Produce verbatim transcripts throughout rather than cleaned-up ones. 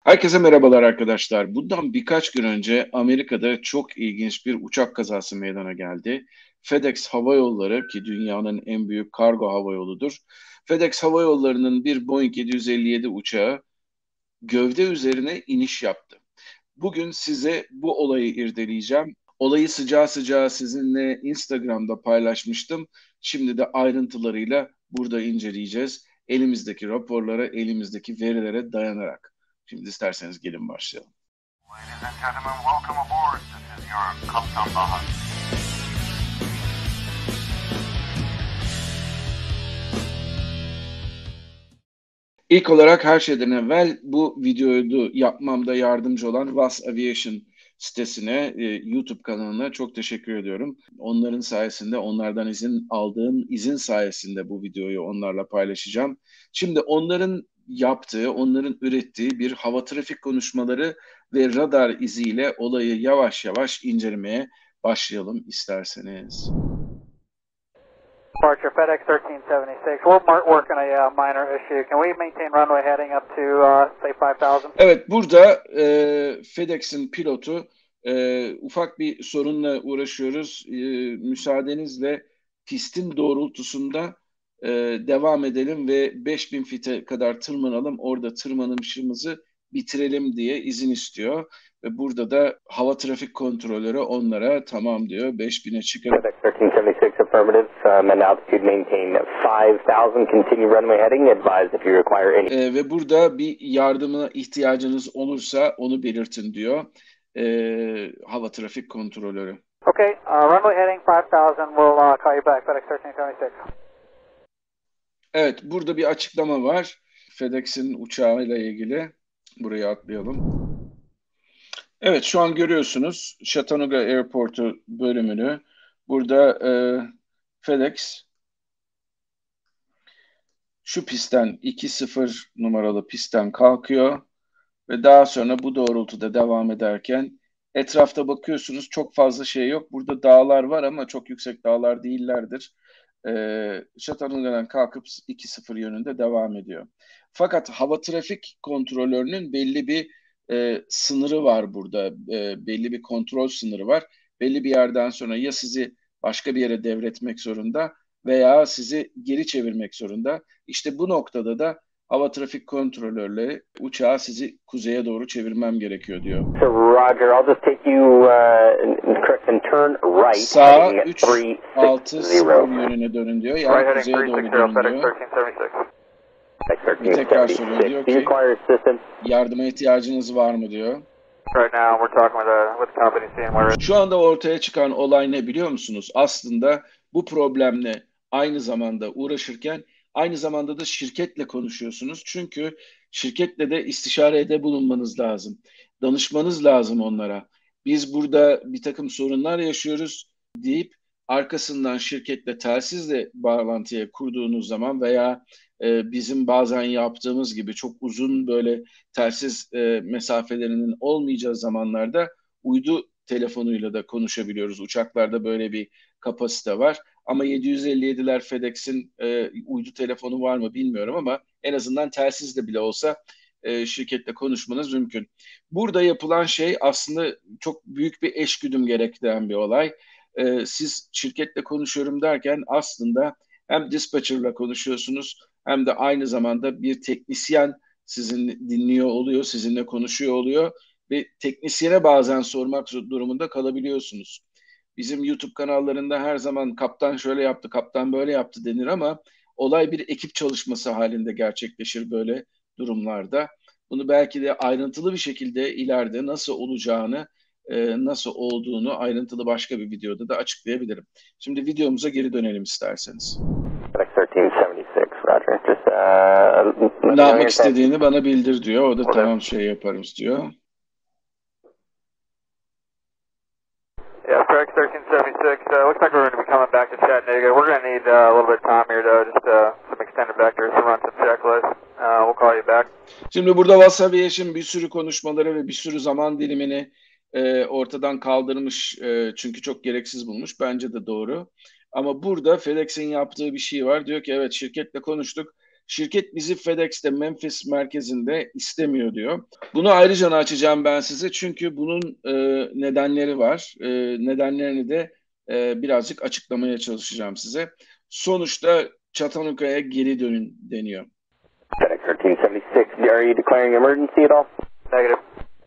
Herkese merhabalar arkadaşlar. Bundan birkaç gün önce Amerika'da çok ilginç bir uçak kazası meydana geldi. FedEx Hava Yolları ki dünyanın en büyük kargo hava yoludur. FedEx Hava Yolları'nın bir Boeing yedi yüz elli yedi uçağı gövde üzerine iniş yaptı. Bugün size bu olayı irdeleyeceğim. Olayı sıcağı sıcağı sizinle Instagram'da paylaşmıştım. Şimdi de ayrıntılarıyla burada inceleyeceğiz. Elimizdeki raporlara, elimizdeki verilere dayanarak. Şimdi isterseniz gelin başlayalım. Ladies and gentlemen, welcome aboard. This is your Kaptan Bahat. İlk olarak her şeyden evvel bu videoyu yapmamda yardımcı olan Was Aviation sitesine, e, YouTube kanalına çok teşekkür ediyorum. Onların sayesinde, onlardan izin aldığım izin sayesinde bu videoyu onlarla paylaşacağım. Şimdi onların yaptığı, onların ürettiği bir hava trafik konuşmaları ve radar iziyle olayı yavaş yavaş incelemeye başlayalım isterseniz. Departure FedEx thirteen seventy-six. We're mar- working a uh, minor issue. Can we maintain runway heading up to uh, say five thousand? Evet, burada e, FedEx'in pilotu e, ufak bir sorunla uğraşıyoruz. E, müsaadenizle pistin doğrultusunda e, devam edelim ve beş bin fite kadar tırmanalım. Orada tırmanışımızı bitirelim diye izin istiyor. Ve burada da hava trafik kontrolörü onlara tamam diyor. beş bine çıkın. FedEx thirteen seventy-six affirmative. Um, and altitude maintain five thousand. Continue runway heading. Advise if you require any. E, ve burada bir yardımına ihtiyacınız olursa onu belirtin diyor. E, hava trafik kontrolörü. Okay, uh, runway heading five thousand. We'll uh, call you back, FedEx thirteen seventy-six. Evet, burada bir açıklama var. FedEx'in uçağıyla ilgili. Buraya atlayalım. Evet, şu an görüyorsunuz Chattanooga Airport'u bölümünü. Burada e, FedEx şu pistten iki sıfır numaralı pistten kalkıyor ve daha sonra bu doğrultuda devam ederken etrafta bakıyorsunuz çok fazla şey yok. Burada dağlar var ama çok yüksek dağlar değillerdir. E, Chattanoogadan kalkıp iki sıfır yönünde devam ediyor. Fakat hava trafik kontrolörünün belli bir e, sınırı var burada. E, belli bir kontrol sınırı var. Belli bir yerden sonra ya sizi başka bir yere devretmek zorunda veya sizi geri çevirmek zorunda. İşte bu noktada da hava trafik kontrolörleri uçağı sizi kuzeye doğru çevirmem gerekiyor diyor. So Roger, I'll just take you uh, correct and turn right. Sağa heading üç three altı six sıfır zero. yönüne dönün diyor. Right Yani heading kuzeye three doğru six zero, dönün FedEx diyor. thirteen seventy-six. FedEx thirteen Bir tekrar soruyor, seventy-six. diyor Do you ki require assistance? yardıma ihtiyacınız var mı diyor. Right now, we're talking with, uh, with the company, seeing where it's... Şu anda ortaya çıkan olay ne biliyor musunuz? Aslında bu problemle aynı zamanda uğraşırken aynı zamanda da şirketle konuşuyorsunuz. Çünkü şirketle de istişarede bulunmanız lazım. Danışmanız lazım onlara. Biz burada bir takım sorunlar yaşıyoruz deyip arkasından şirketle telsizle bağlantıya kurduğunuz zaman veya e, bizim bazen yaptığımız gibi çok uzun böyle telsiz e, mesafelerinin olmayacağı zamanlarda uydu telefonuyla da konuşabiliyoruz. Uçaklarda böyle bir kapasite var. Ama yedi yüz elli yediler FedEx'in e, uydu telefonu var mı bilmiyorum ama en azından telsizle bile olsa e, şirketle konuşmanız mümkün. Burada yapılan şey aslında çok büyük bir eşgüdüm gerektiren bir olay. E, siz şirketle konuşuyorum derken aslında hem dispatcher'la konuşuyorsunuz hem de aynı zamanda bir teknisyen sizin dinliyor oluyor, sizinle konuşuyor oluyor ve teknisyene bazen sormak durumunda kalabiliyorsunuz. Bizim YouTube kanallarında her zaman kaptan şöyle yaptı, kaptan böyle yaptı denir ama olay bir ekip çalışması halinde gerçekleşir böyle durumlarda. Bunu belki de ayrıntılı bir şekilde ileride nasıl olacağını, e, nasıl olduğunu ayrıntılı başka bir videoda da açıklayabilirim. Şimdi videomuza geri dönelim isterseniz. FedEx thirteen seventy-six, Roger. Just uh, Ne yapmak istediğini bana bildir diyor. O da Okay. tamam şey yaparız diyor. Yeah, FedEx thirteen seventy-six. Uh, looks like we're going to be coming back to Chattanooga. We're going to need uh, a little bit of time here, though, just uh, some extended vectors to run some checklists. Uh, we'll call you back. Şimdi burada Was Aviation bir sürü konuşmaları ve bir sürü zaman dilimini e, ortadan kaldırmış. E, çünkü çok gereksiz bulmuş. Bence de doğru. Ama burada FedEx'in yaptığı bir şey var. Diyor ki evet şirketle konuştuk. Şirket bizi FedEx'te Memphis merkezinde istemiyor diyor. Bunu ayrıca açacağım ben size çünkü bunun e, nedenleri var. E, nedenlerini de e, birazcık açıklamaya çalışacağım size. Sonuçta Chattanoogga'ya geri dönün deniyor. FedEx thirteen seventy-six, are you declaring emergency at all? Negative.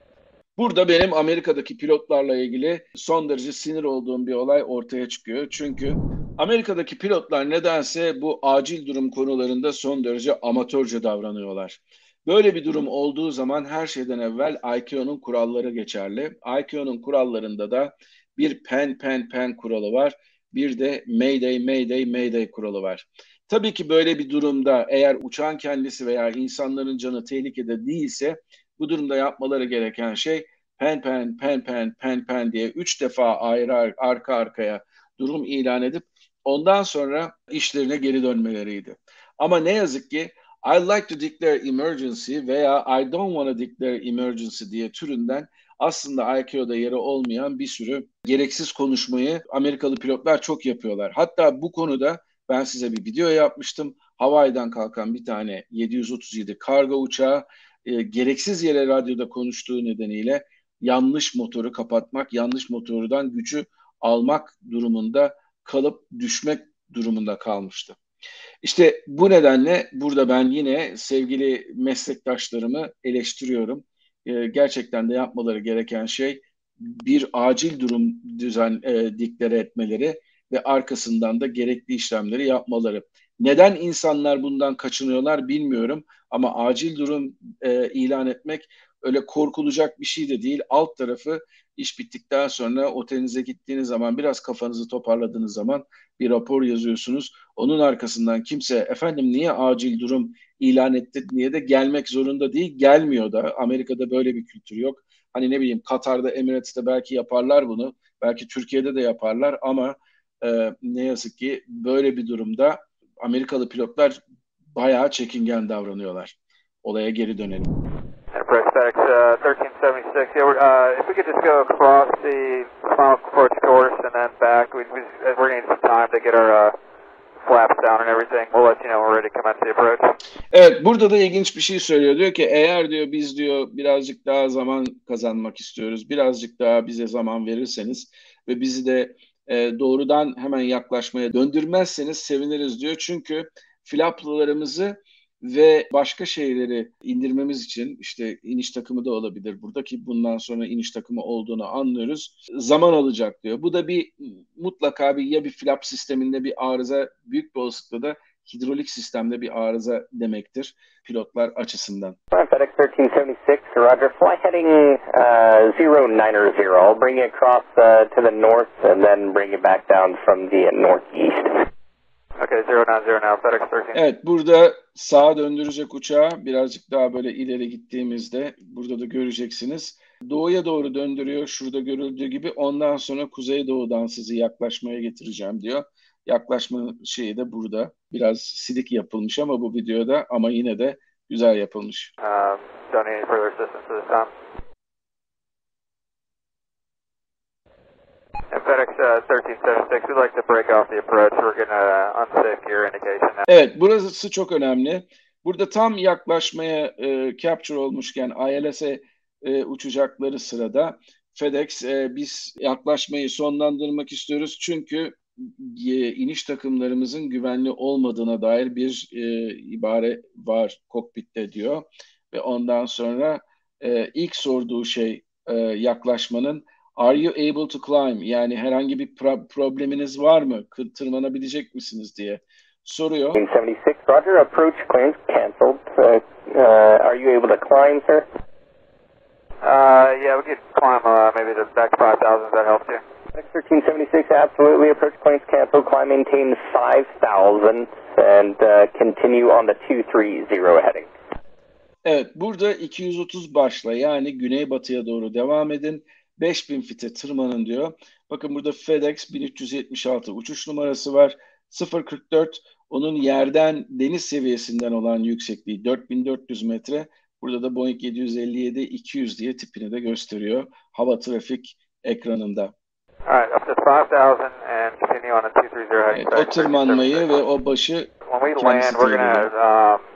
Burada benim Amerika'daki pilotlarla ilgili son derece sinir olduğum bir olay ortaya çıkıyor. Çünkü Amerika'daki pilotlar nedense bu acil durum konularında son derece amatörce davranıyorlar. Böyle bir durum olduğu zaman her şeyden evvel I C A O'nun kuralları geçerli. I C A O'nun kurallarında da bir pen pen pen kuralı var. Bir de Mayday Mayday Mayday kuralı var. Tabii ki böyle bir durumda eğer uçağın kendisi veya insanların canı tehlikede değilse bu durumda yapmaları gereken şey pen pen pen pen pen pen diye üç defa ayrı arka arkaya durum ilan edip ondan sonra işlerine geri dönmeleriydi. Ama ne yazık ki I like to declare emergency veya I don't want to declare emergency diye türünden aslında I C A O'da yeri olmayan bir sürü gereksiz konuşmayı Amerikalı pilotlar çok yapıyorlar. Hatta bu konuda ben size bir video yapmıştım. Hawaii'den kalkan bir tane yedi yüz otuz yedi kargo uçağı e, gereksiz yere radyoda konuştuğu nedeniyle yanlış motoru kapatmak, yanlış motordan gücü almak durumunda kalıp düşmek durumunda kalmıştı. İşte bu nedenle burada ben yine sevgili meslektaşlarımı eleştiriyorum. Ee, gerçekten de yapmaları gereken şey bir acil durum düzen e, diklere etmeleri ve arkasından da gerekli işlemleri yapmaları. Neden insanlar bundan kaçınıyorlar bilmiyorum ama acil durum e, ilan etmek öyle korkulacak bir şey de değil. Alt tarafı iş bittikten sonra otelinize gittiğiniz zaman biraz kafanızı toparladığınız zaman bir rapor yazıyorsunuz. Onun arkasından kimse efendim niye acil durum ilan ettik diye de gelmek zorunda değil. Gelmiyor da. Amerika'da böyle bir kültür yok. Hani ne bileyim Katar'da, Emirates'te belki yaparlar bunu. Belki Türkiye'de de yaparlar ama e, ne yazık ki böyle bir durumda Amerikalı pilotlar bayağı çekingen davranıyorlar. Olaya geri dönelim. Enterprise FedEx uh, thirteen seventy-six. Yeah, we're, uh, if we could just go across the final approach course and then back, we, we, we're going to need some time to get our uh, flaps down and everything. We'll let you know we're ready to commence the approach. Evet, burada da ilginç bir şey söylüyor. Diyor ki eğer diyor biz diyor birazcık daha zaman kazanmak istiyoruz. Birazcık daha bize zaman verirseniz ve bizi de e, doğrudan hemen yaklaşmaya döndürmezseniz seviniriz diyor. Çünkü flaplarımızı ve başka şeyleri indirmemiz için işte iniş takımı da olabilir. Buradaki bundan sonra iniş takımı olduğunu anlıyoruz. Zaman alacak diyor. Bu da bir mutlaka bir ya bir flap sisteminde bir arıza, büyük bir olasılıkla da hidrolik sistemde bir arıza demektir pilotlar açısından. FedEx thirteen seventy-six, Roger. Fly heading uh, zero nine zero. I'll bring you across uh, to the north and then bring you back down from the uh, northeast. Okay, zero nine zero now, FedEx thirteen. Evet, burada sağa döndürecek uçağı birazcık daha böyle ileri gittiğimizde burada da göreceksiniz. Doğuya doğru döndürüyor şurada görüldüğü gibi. Ondan sonra kuzeydoğudan sizi yaklaşmaya getireceğim diyor. Yaklaşma şeyi de burada. Biraz silik yapılmış ama bu videoda ama yine de güzel yapılmış. Um, don't need any further assistance at this time. And FedEx uh, thirteen seventy-six, we'd like to break off the approach. We're getting an unsafe gear indication now. Evet, burası çok önemli. Burada tam yaklaşmaya e, capture olmuşken I L S'e e, uçacakları sırada FedEx e, biz yaklaşmayı sonlandırmak istiyoruz çünkü e, iniş takımlarımızın güvenli olmadığına dair bir e, ibare var kokpitte diyor ve ondan sonra e, ilk sorduğu şey e, yaklaşmanın Are you able to climb? Yani herhangi bir pro- probleminiz var mı? Kı- Tırmanabilecek misiniz diye soruyor. thirteen seventy-six, Roger. Approach clearance canceled. Uh, uh, are you able to climb, sir? Uh, yeah, we could climb uh, maybe the back to five thousand if that helps you. FedEx thirteen seventy-six, absolutely. Approach clearance canceled. Climb maintain five thousand and uh, continue on the two three zero heading. Evet, burada iki yüz otuz başla yani güneybatıya doğru devam edin. beş bin fite tırmanın diyor. Bakın burada FedEx bin üç yüz yetmiş altı uçuş numarası var. sıfır kırk dört onun yerden deniz seviyesinden olan yüksekliği dört bin dört yüz metre. Burada da Boeing yedi yüz elli yedi iki yüz diye tipini de gösteriyor hava trafik ekranında. Alright, up to five thousand and continue on a two three zero heading. Evet, o tırmanmayı ve o başı When we land, kendisi we're tebliğ going to um,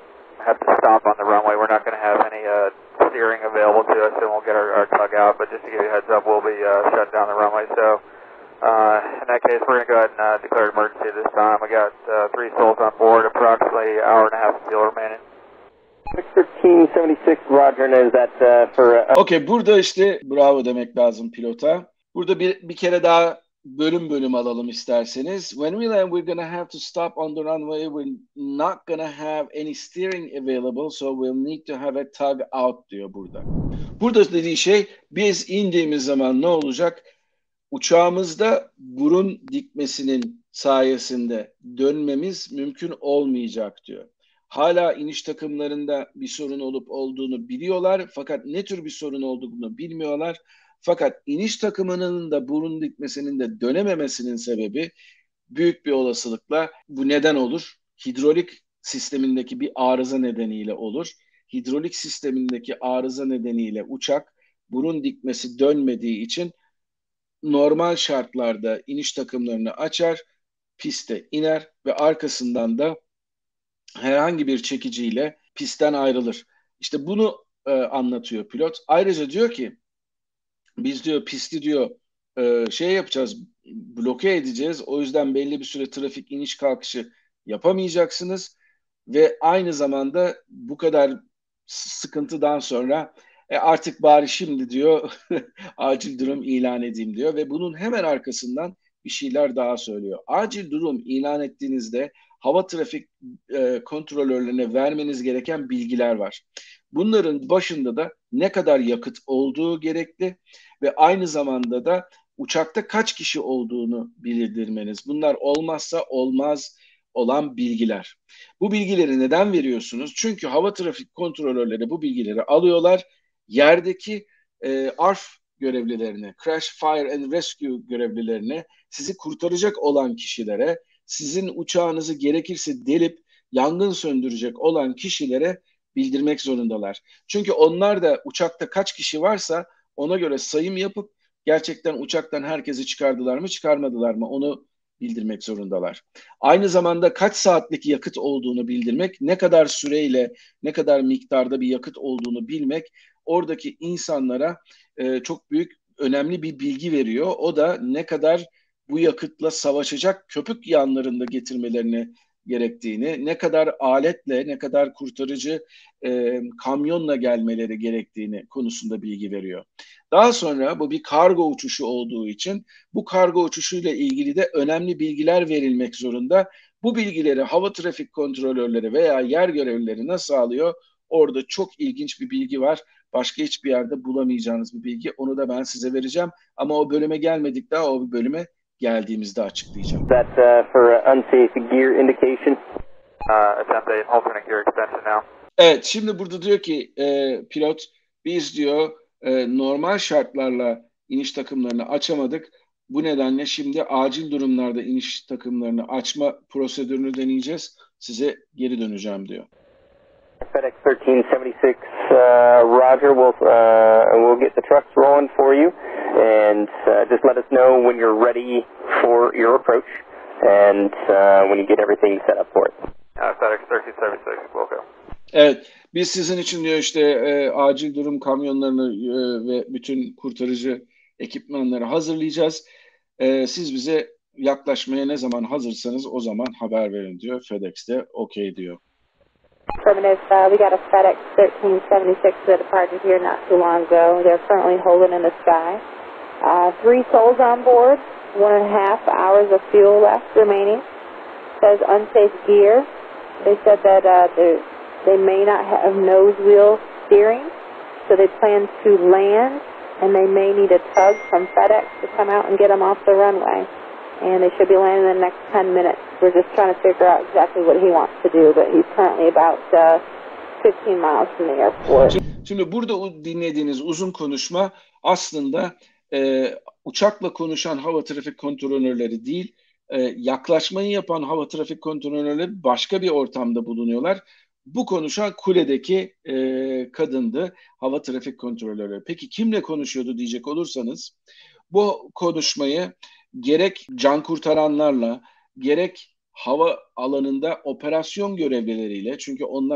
have to stop on the runway. We're not going to have any uh, steering available to us, and we'll get our, our tug out. But just to give you a heads up, we'll be uh, shutting down the runway. So uh, in that case, we're going to go ahead and uh, declare emergency this time. We got uh, three souls on board, approximately an hour and a half of fuel remaining. six thirteen seventy-six, Roger, and is that uh, for... Uh... Okey, burada işte bravo demek lazım pilota. Burada bir, bir kere daha bölüm bölüm alalım isterseniz. When we land, we're going to have to stop on the runway. We're not going to have any steering available, so we'll need to have a tug out diyor burada. Burada dediği şey, biz indiğimiz zaman ne olacak? Uçağımızda burun dikmesinin sayesinde dönmemiz mümkün olmayacak diyor. Hala iniş takımlarında bir sorun olup olduğunu biliyorlar, fakat ne tür bir sorun olduğunu bilmiyorlar. Fakat iniş takımının da burun dikmesinin de dönememesinin sebebi büyük bir olasılıkla bu neden olur? Hidrolik sistemindeki bir arıza nedeniyle olur. Hidrolik sistemindeki arıza nedeniyle uçak burun dikmesi dönmediği için normal şartlarda iniş takımlarını açar, piste iner ve arkasından da herhangi bir çekiciyle pistten ayrılır. İşte bunu e, anlatıyor pilot. Ayrıca diyor ki biz diyor pisti diyor e, şey yapacağız, bloke edeceğiz. O yüzden belli bir süre trafik iniş kalkışı yapamayacaksınız ve aynı zamanda bu kadar sıkıntıdan sonra e, artık bari şimdi diyor acil durum ilan edeyim diyor ve bunun hemen arkasından bir şeyler daha söylüyor. Acil durum ilan ettiğinizde hava trafik e, kontrolörlerine vermeniz gereken bilgiler var. Bunların başında da ne kadar yakıt olduğu gerekli ve aynı zamanda da uçakta kaç kişi olduğunu bildirmeniz. Bunlar olmazsa olmaz olan bilgiler. Bu bilgileri neden veriyorsunuz? Çünkü hava trafik kontrolörleri bu bilgileri alıyorlar. Yerdeki e, A R F görevlilerine, Crash, Fire and Rescue görevlilerine, sizi kurtaracak olan kişilere, sizin uçağınızı gerekirse delip yangın söndürecek olan kişilere bildirmek zorundalar. Çünkü onlar da uçakta kaç kişi varsa ona göre sayım yapıp gerçekten uçaktan herkesi çıkardılar mı çıkarmadılar mı onu bildirmek zorundalar. Aynı zamanda kaç saatlik yakıt olduğunu bildirmek, ne kadar süreyle ne kadar miktarda bir yakıt olduğunu bilmek oradaki insanlara e, çok büyük önemli bir bilgi veriyor. O da ne kadar bu yakıtla savaşacak köpük yanlarında getirmelerini gerektiğini, ne kadar aletle, ne kadar kurtarıcı e, kamyonla gelmeleri gerektiğini konusunda bilgi veriyor. Daha sonra bu bir kargo uçuşu olduğu için bu kargo uçuşuyla ilgili de önemli bilgiler verilmek zorunda. Bu bilgileri hava trafik kontrolörleri veya yer görevlileri nasıl alıyor? Orada çok ilginç bir bilgi var. Başka hiçbir yerde bulamayacağınız bir bilgi. Onu da ben size vereceğim. Ama o bölüme gelmedik daha, o bölüme geldiğimizde açıklayacağım. That uh, for unsafe gear indication. Uh, attempt a alternate gear extension now. Evet, şimdi burada diyor ki e, pilot, biz diyor e, normal şartlarla iniş takımlarını açamadık. Bu nedenle şimdi acil durumlarda iniş takımlarını açma prosedürünü deneyeceğiz. Size geri döneceğim diyor. FedEx thirteen seventy-six, uh, Roger. We'll uh, we'll get the trucks rolling for you, and uh, just let us know when you're ready for your approach, and uh, when you get everything set up for it. Uh, FedEx thirteen seventy-six, we'll go. Evet, biz sizin için diyor işte e, acil durum kamyonlarını e, ve bütün kurtarıcı ekipmanları hazırlayacağız. E, siz bize yaklaşmaya ne zaman hazırsanız o zaman haber verin diyor. FedEx de okey diyor. Affirmative. Uh, we got a FedEx thirteen seventy-six that departed here not too long ago. They're currently holding in the sky. Uh, three souls on board, one and a half hours of fuel left remaining. Says unsafe gear. They said that uh, they may not have nose wheel steering, so they plan to land, and they may need a tug from FedEx to come out and get them off the runway. And they should be landing in the next ten minutes. We're just trying to figure out exactly what he wants to do, but he's currently about uh, fifteen miles from the airport. Şimdi burada dinlediğiniz uzun konuşma aslında e, uçakla konuşan hava trafik kontrolörleri değil, e, yaklaşmayı yapan hava trafik kontrolörleri başka bir ortamda bulunuyorlar. Bu konuşan kuledeki e, kadındı, hava trafik kontrolörü. Peki kimle konuşuyordu diyecek olursanız, bu konuşmayı gerek can kurtaranlarla, gerek hava alanında operasyon görevlileriyle, çünkü onlar da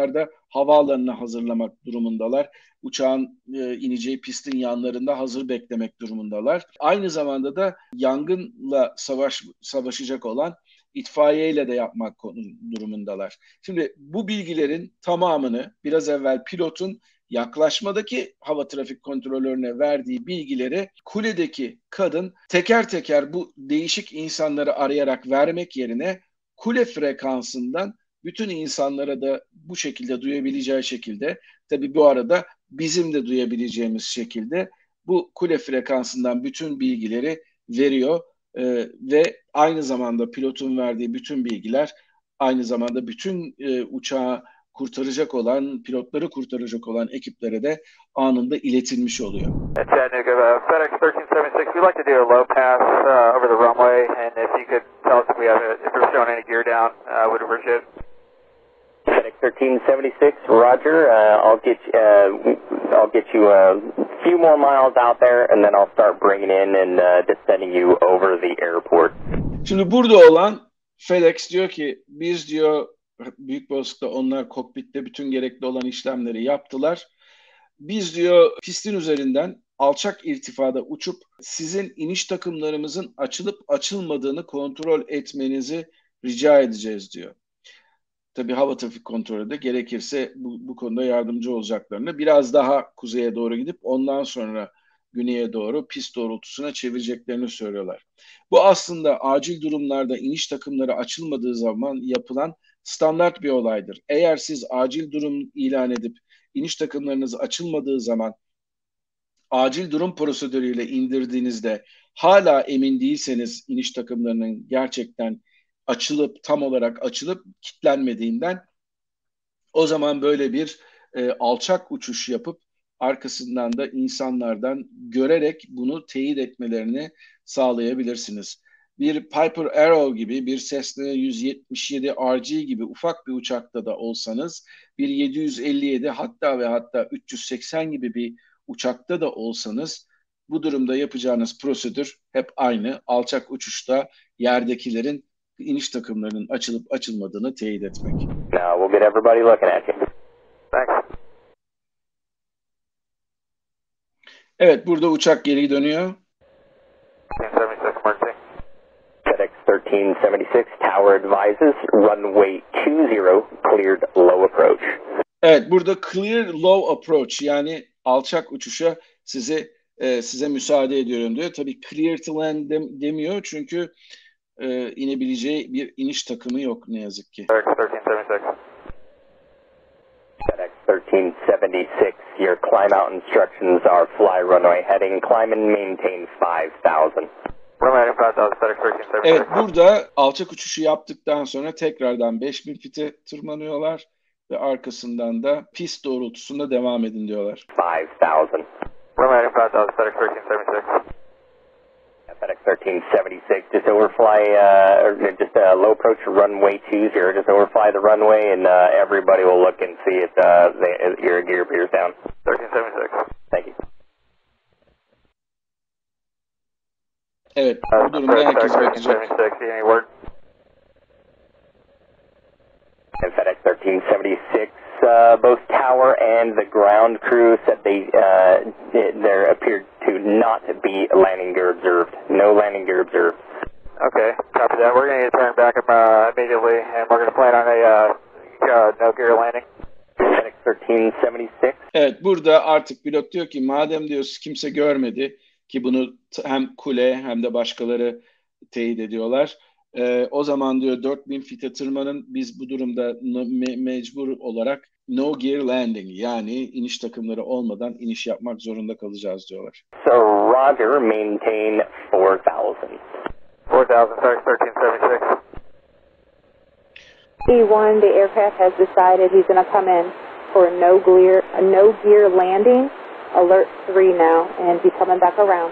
havaalanını hazırlamak durumundalar. Uçağın e, ineceği pistin yanlarında hazır beklemek durumundalar. Aynı zamanda da yangınla savaş savaşacak olan itfaiyeyle de yapmak durumundalar. Şimdi bu bilgilerin tamamını biraz evvel pilotun yaklaşmadaki hava trafik kontrolörüne verdiği bilgileri kuledeki kadın teker teker bu değişik insanları arayarak vermek yerine kule frekansından bütün insanlara da bu şekilde duyabileceği şekilde, tabii bu arada bizim de duyabileceğimiz şekilde bu kule frekansından bütün bilgileri veriyor ee, ve aynı zamanda pilotun verdiği bütün bilgiler aynı zamanda bütün e, uçağı kurtaracak olan, pilotları kurtaracak olan ekiplere de anında iletilmiş oluyor. Chattanooga, uh, FedEx thirteen seventy-six, we'd like to do a low pass uh, over the runway, and if you could tell us if we have, a, if we're showing any gear down, uh, would appreciate it. FedEx thirteen seventy-six, Roger. Uh, I'll get uh, I'll get you a few more miles out there, and then I'll start bringing in and uh, descending you over the airport. Şimdi burada olan FedEx diyor ki biz diyor büyük balıkta onlar kokpitte bütün gerekli olan işlemleri yaptılar. Biz diyor pistin üzerinden alçak irtifada uçup sizin iniş takımlarımızın açılıp açılmadığını kontrol etmenizi rica edeceğiz diyor. Tabii hava trafik kontrolü de gerekirse bu, bu konuda yardımcı olacaklarını, biraz daha kuzeye doğru gidip ondan sonra güneye doğru pist doğrultusuna çevireceklerini söylüyorlar. Bu aslında acil durumlarda iniş takımları açılmadığı zaman yapılan standart bir olaydır. Eğer siz acil durum ilan edip iniş takımlarınız açılmadığı zaman acil durum prosedürüyle indirdiğinizde hala emin değilseniz iniş takımlarının gerçekten açılıp tam olarak açılıp kilitlenmediğinden, o zaman böyle bir e, alçak uçuş yapıp arkasından da insanlardan görerek bunu teyit etmelerini sağlayabilirsiniz. Bir Piper Arrow gibi, bir Cessna yüz yetmiş yedi R G gibi ufak bir uçakta da olsanız, bir yedi yüz elli yedi hatta ve hatta üç yüz seksen gibi bir uçakta da olsanız, bu durumda yapacağınız prosedür hep aynı. Alçak uçuşta yerdekilerin iniş takımlarının açılıp açılmadığını teyit etmek. Now we'll get everybody looking at you. Thanks. Evet, burada uçak geri dönüyor. thirteen seventy-six, emergency. FedEx thirteen seventy-six, tower advises runway two zero cleared low approach. Evet, burada clear low approach, yani alçak uçuşa size e, size müsaade ediyorum diyor. Tabii clear to land dem, demiyor çünkü e, inebileceği bir iniş takımı yok ne yazık ki. FedEx thirteen seventy-six. FedEx thirteen seventy-six, your climb out instructions are fly runway heading, climb and maintain five thousand. Runway heading five thousand, FedEx thirteen seventy-six. Evet, burada alçak uçuşu yaptıktan sonra tekrardan beş bin fite tırmanıyorlar ve arkasından da pist doğrultusunda devam edin diyorlar. five thousand. Runway heading five thousand, FedEx thirteen seventy-six. FedEx thirteen seventy-six, just overfly, uh, or just uh, low approach runway two zero, just overfly the runway and uh, everybody will look and see if uh, the, your gear appears down. thirteen seventy-six. Thank you. Evet, Uh, bu durumda herkes thirteen bakacak. seventy-six, any word? And FedEx thirteen seventy-six, uh, both tower and the ground crew said they uh, there appeared to not be landing gear observed. No landing gear observed. Okay, copy that. We're going to turn back up uh, immediately, and we're going to plan on a uh, uh, no gear landing. FedEx thirteen seventy-six. Evet, burada artık pilot diyor ki madem diyor kimse görmedi ki bunu hem kule hem de başkaları teyit ediyorlar. Ee, o zaman diyor dört bin fite tırmanın, biz bu durumda me- mecbur olarak no gear landing, yani iniş takımları olmadan iniş yapmak zorunda kalacağız diyorlar. So Roger, maintain four thousand. four thousand, FedEx thirteen seventy-six. E one, the aircraft has decided he's going to come in for a no gear, a no gear landing. Alert three now, and he's coming back around.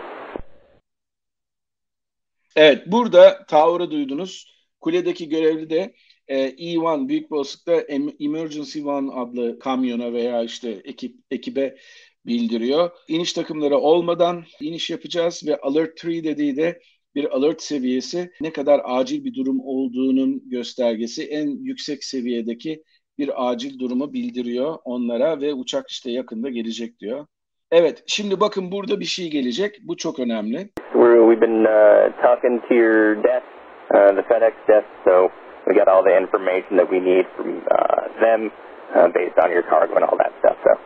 Evet, burada tower'ı duydunuz. Kuledeki görevli de e, E bir büyük olasılıkla Emergency One adlı kamyona veya işte ekip ekibe bildiriyor. İniş takımları olmadan iniş yapacağız ve Alert üç dediği de bir alert seviyesi, ne kadar acil bir durum olduğunun göstergesi. En yüksek seviyedeki bir acil durumu bildiriyor onlara ve uçak işte yakında gelecek diyor. Evet, şimdi bakın burada bir şey gelecek. Bu çok önemli. We've been uh, talking to your desk, uh, the FedEx desk, so we got all the information that we need from uh, them uh, based on your cargo and all that stuff. So.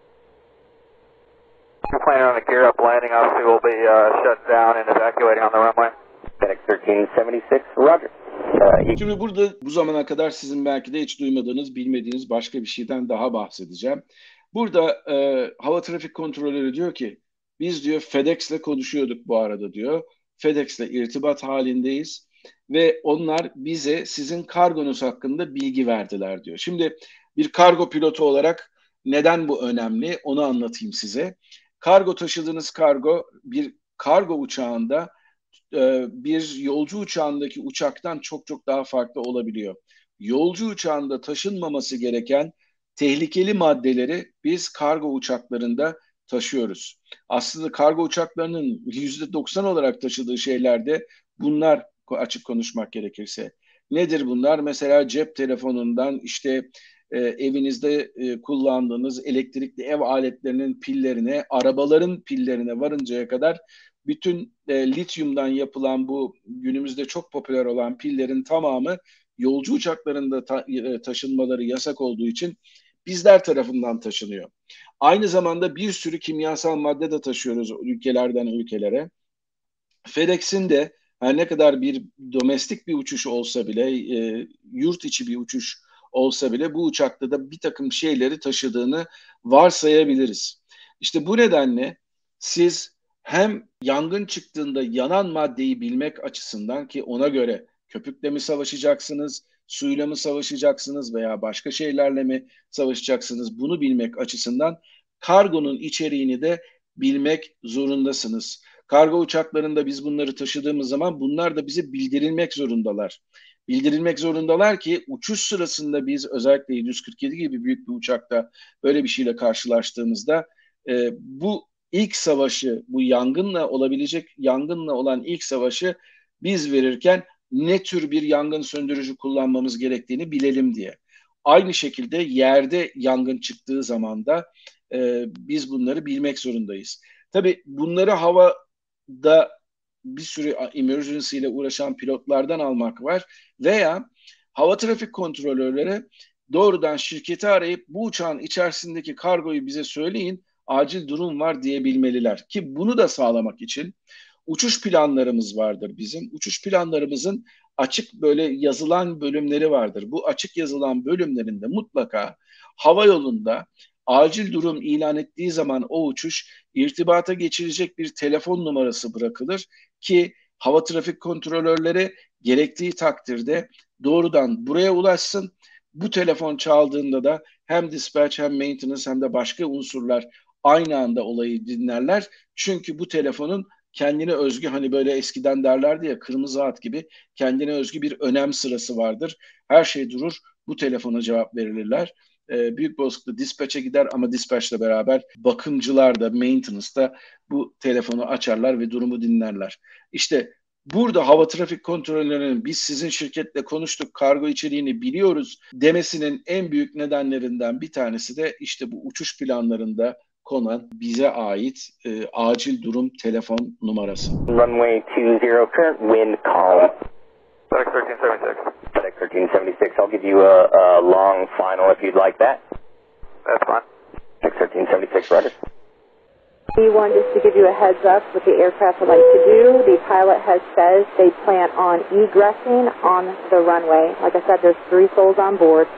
We're planning on a gear up landing. Obviously, we'll be uh, shut down and evacuating on the runway. FedEx thirteen seventy-six, Roger. Uh, Şimdi burada bu zamana kadar sizin belki de hiç duymadığınız, bilmediğiniz başka bir şeyden daha bahsedeceğim. Burada e, hava trafik kontrolörü diyor ki, biz diyor FedEx'le konuşuyorduk bu arada diyor. FedEx'le irtibat halindeyiz ve onlar bize sizin kargonuz hakkında bilgi verdiler diyor. Şimdi bir kargo pilotu olarak neden bu önemli onu anlatayım size. Kargo taşıdığınız kargo bir kargo uçağında bir yolcu uçağındaki uçaktan çok çok daha farklı olabiliyor. Yolcu uçağında taşınmaması gereken tehlikeli maddeleri biz kargo uçaklarında taşıyoruz. Aslında kargo uçaklarının yüzde doksan olarak taşıdığı şeylerde bunlar, açık konuşmak gerekirse. Nedir bunlar? Mesela cep telefonundan işte e, evinizde e, kullandığınız elektrikli ev aletlerinin pillerine, arabaların pillerine varıncaya kadar bütün e, lityumdan yapılan bu günümüzde çok popüler olan pillerin tamamı yolcu uçaklarında ta, e, taşınmaları yasak olduğu için bizler tarafından taşınıyor. Aynı zamanda bir sürü kimyasal madde de taşıyoruz ülkelerden ülkelere. FedEx'in de her ne kadar bir domestik bir uçuş olsa bile, e, yurt içi bir uçuş olsa bile bu uçakta da bir takım şeyleri taşıdığını varsayabiliriz. İşte bu nedenle siz hem yangın çıktığında yanan maddeyi bilmek açısından, ki ona göre köpükle mi savaşacaksınız, suyla mı savaşacaksınız veya başka şeylerle mi savaşacaksınız, bunu bilmek açısından kargonun içeriğini de bilmek zorundasınız. Kargo uçaklarında biz bunları taşıdığımız zaman bunlar da bize bildirilmek zorundalar. Bildirilmek zorundalar ki uçuş sırasında biz özellikle yedi yüz kırk yedi gibi büyük bir uçakta böyle bir şeyle karşılaştığımızda e, bu ilk savaşı, bu yangınla olabilecek, yangınla olan ilk savaşı biz verirken ne tür bir yangın söndürücü kullanmamız gerektiğini bilelim diye. Aynı şekilde yerde yangın çıktığı zaman da e, biz bunları bilmek zorundayız. Tabii bunları havada bir sürü emergency ile uğraşan pilotlardan almak var veya hava trafik kontrolörleri doğrudan şirketi arayıp bu uçağın içerisindeki kargoyu bize söyleyin, acil durum var diyebilmeliler. Ki bunu da sağlamak için uçuş planlarımız vardır bizim. Uçuş planlarımızın açık böyle yazılan bölümleri vardır. Bu açık yazılan bölümlerinde mutlaka hava yolunda acil durum ilan ettiği zaman o uçuş irtibata geçirecek bir telefon numarası bırakılır ki hava trafik kontrolörleri gerektiği takdirde doğrudan buraya ulaşsın. Bu telefon çaldığında da hem dispatch hem maintenance hem de başka unsurlar aynı anda olayı dinlerler. Çünkü bu telefonun kendine özgü, hani böyle eskiden derlerdi ya, kırmızı at gibi kendine özgü bir önem sırası vardır. Her şey durur, bu telefona cevap verirler. Ee, büyük olasılıkla dispatch'e gider ama dispatch'le beraber bakımcılar da, maintenance'da bu telefonu açarlar ve durumu dinlerler. İşte burada hava trafik kontrolörlerinin biz sizin şirketle konuştuk, kargo içeriğini biliyoruz demesinin en büyük nedenlerinden bir tanesi de işte bu uçuş planlarında konan bize ait e, acil durum telefon numarası. Runway two zero, current wind calm. FedEx thirteen seventy-six. FedEx thirteen seventy-six, I'll give you a, a long final if you'd like that. That's fine. FedEx thirteen seventy-six, Roger. B one, just to give you a heads up what the aircraft would like to do, the pilot has said they plan on egressing on the runway. Like I said, there's three souls on board.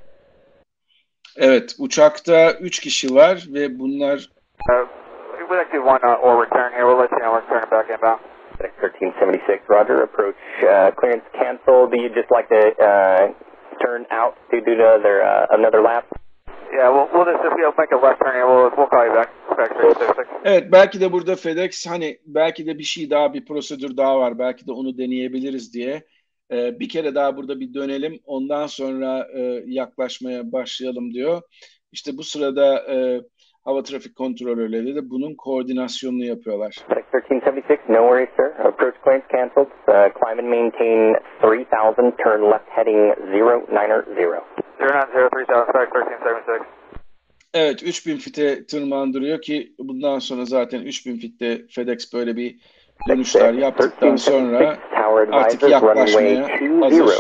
Evet, uçakta üç kişi var ve bunlar... Uh, we'd like to do one uh, or return here. We'll let you know we're turning back inbound. FedEx thirteen seventy-six, Roger. Approach uh, clearance canceled. Do you just like to uh, turn out to do another, uh, another lap? Yeah, we'll, we'll just, if we'll make a left turn here, we'll, we'll call you back. FedEx thirteen seventy-six. Evet, belki de burada FedEx hani belki de bir şey daha, bir prosedür daha var. Belki de onu deneyebiliriz diye. Ee, bir kere daha burada bir dönelim. Ondan sonra e, yaklaşmaya başlayalım diyor. İşte bu sırada e, hava trafik kontrolörleri de bunun koordinasyonunu yapıyorlar. FedEx thirteen seventy-six, no worries sir. Approach clearance canceled. Uh, climb and maintain three thousand, turn left heading zero nine zero. zero nine zero three thousand FedEx thirteen seventy-six. Evet, üç bin fite tırmandırıyor ki bundan sonra zaten üç bin fitte FedEx böyle bir dönüşler yaptıktan sonra artık yaklaşmaya hazır.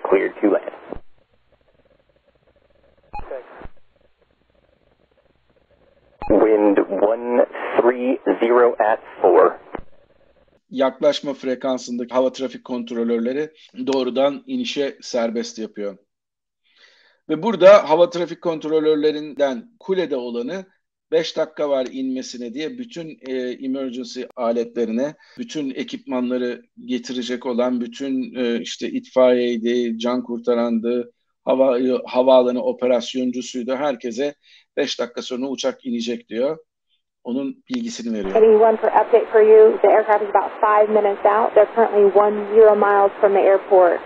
Wind one three zero at four. Yaklaşma frekansındaki hava trafik kontrolörleri doğrudan inişe serbest yapıyor. Ve burada hava trafik kontrolörlerinden kulede olanı beş dakika var inmesine diye bütün e, emergency aletlerine, bütün ekipmanları getirecek olan bütün e, işte itfaiyeydi, can kurtarandı, hava havaalanı operasyоncusuydu, herkese beş dakika sonra uçak inecek diyor. Onun bilgisini veriyor. One for update for you. The aircraft is about five minutes out. They're currently one zero miles from the airport.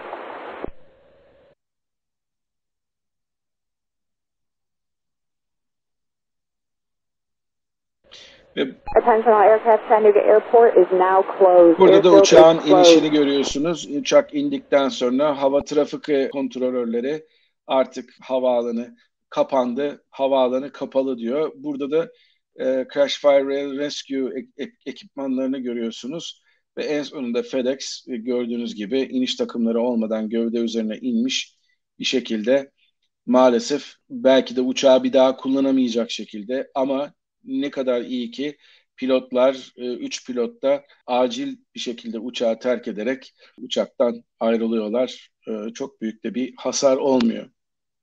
Ve Attention all aircraft Chattanooga Airport is now closed. burada da Airfield uçağın is closed. inişini görüyorsunuz. Uçak indikten sonra hava trafik kontrolörleri artık havaalanı kapandı, havaalanı kapalı diyor. Burada da e, Crash Fire Rescue ek- ek- ekipmanlarını görüyorsunuz. Ve en sonunda FedEx e, gördüğünüz gibi iniş takımları olmadan gövde üzerine inmiş bir şekilde, maalesef belki de uçağı bir daha kullanamayacak şekilde, ama ne kadar iyi ki pilotlar, üç pilot da acil bir şekilde uçağı terk ederek uçaktan ayrılıyorlar. E, çok büyük de bir hasar olmuyor.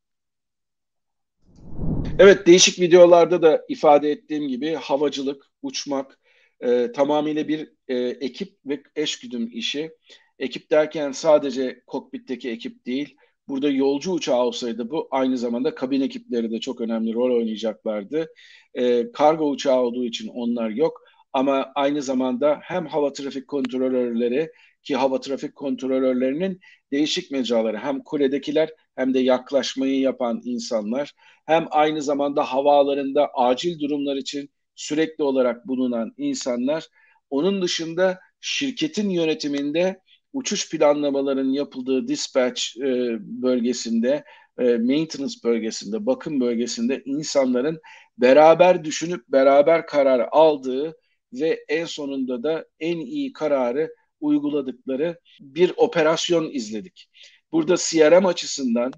Evet, değişik videolarda da ifade ettiğim gibi havacılık, uçmak e, tamamıyla bir e, ekip ve eşgüdüm işi. Ekip derken sadece kokpitteki ekip değil, burada yolcu uçağı olsaydı bu aynı zamanda kabin ekipleri de çok önemli rol oynayacaklardı. E, kargo uçağı olduğu için onlar yok. Ama aynı zamanda hem hava trafik kontrolörleri, ki hava trafik kontrolörlerinin değişik mecraları, hem kuledekiler hem de yaklaşmayı yapan insanlar, hem aynı zamanda havaalanında acil durumlar için sürekli olarak bulunan insanlar, onun dışında şirketin yönetiminde uçuş planlamalarının yapıldığı dispatch e, bölgesinde, e, maintenance bölgesinde, bakım bölgesinde insanların beraber düşünüp beraber karar aldığı ve en sonunda da en iyi kararı uyguladıkları bir operasyon izledik. Burada C R M açısından,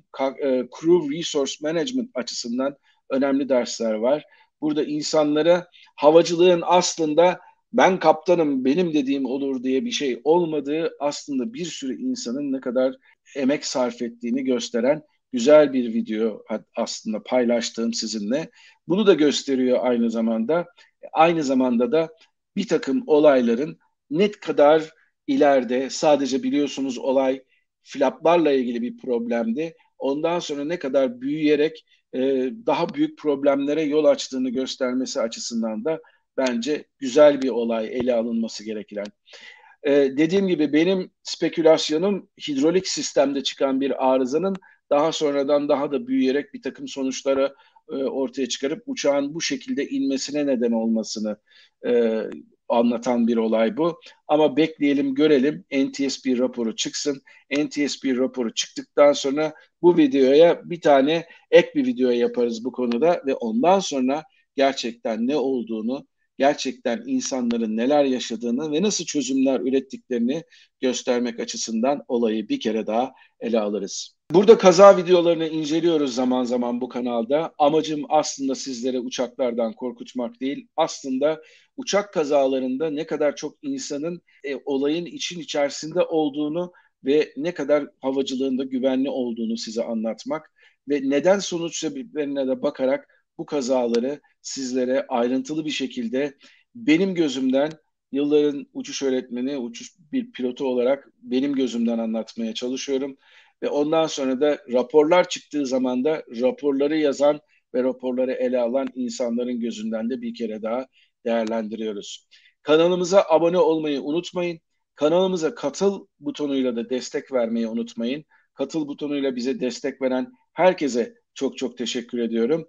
Crew Resource Management açısından önemli dersler var. Burada insanlara havacılığın aslında ben kaptanım, benim dediğim olur diye bir şey olmadığı, aslında bir sürü insanın ne kadar emek sarf ettiğini gösteren güzel bir video aslında paylaştığım sizinle. Bunu da gösteriyor aynı zamanda. Aynı zamanda da bir takım olayların ne kadar ileride, sadece biliyorsunuz olay flaplarla ilgili bir problemdi. Ondan sonra ne kadar büyüyerek e, daha büyük problemlere yol açtığını göstermesi açısından da bence güzel bir olay, ele alınması gereken. Ee, dediğim gibi benim spekülasyonum hidrolik sistemde çıkan bir arızanın daha sonradan daha da büyüyerek bir takım sonuçlara e, ortaya çıkarıp uçağın bu şekilde inmesine neden olmasını e, anlatan bir olay bu. Ama bekleyelim, görelim, N T S B raporu çıksın. N T S B raporu çıktıktan sonra bu videoya bir tane ek bir video yaparız bu konuda ve ondan sonra gerçekten ne olduğunu, gerçekten insanların neler yaşadığını ve nasıl çözümler ürettiklerini göstermek açısından olayı bir kere daha ele alırız. Burada kaza videolarını inceliyoruz zaman zaman bu kanalda. Amacım aslında sizlere uçaklardan korkutmak değil. Aslında uçak kazalarında ne kadar çok insanın e, olayın için içerisinde olduğunu ve ne kadar havacılığında güvenli olduğunu size anlatmak ve neden sonuç sebeplerine de bakarak bu kazaları sizlere ayrıntılı bir şekilde benim gözümden, yılların uçuş öğretmeni, uçuş bir pilotu olarak benim gözümden anlatmaya çalışıyorum. Ve ondan sonra da raporlar çıktığı zaman da raporları yazan ve raporları ele alan insanların gözünden de bir kere daha değerlendiriyoruz. Kanalımıza abone olmayı unutmayın. Kanalımıza katıl butonuyla da destek vermeyi unutmayın. Katıl butonuyla bize destek veren herkese çok çok teşekkür ediyorum.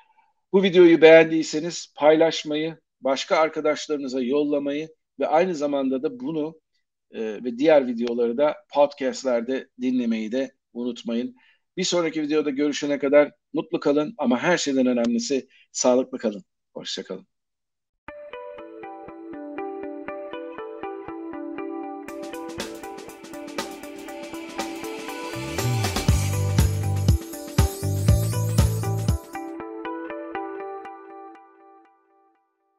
Bu videoyu beğendiyseniz paylaşmayı, başka arkadaşlarınıza yollamayı ve aynı zamanda da bunu e, ve diğer videoları da podcastlerde dinlemeyi de unutmayın. Bir sonraki videoda görüşene kadar mutlu kalın ama her şeyden önemlisi sağlıklı kalın. Hoşça kalın.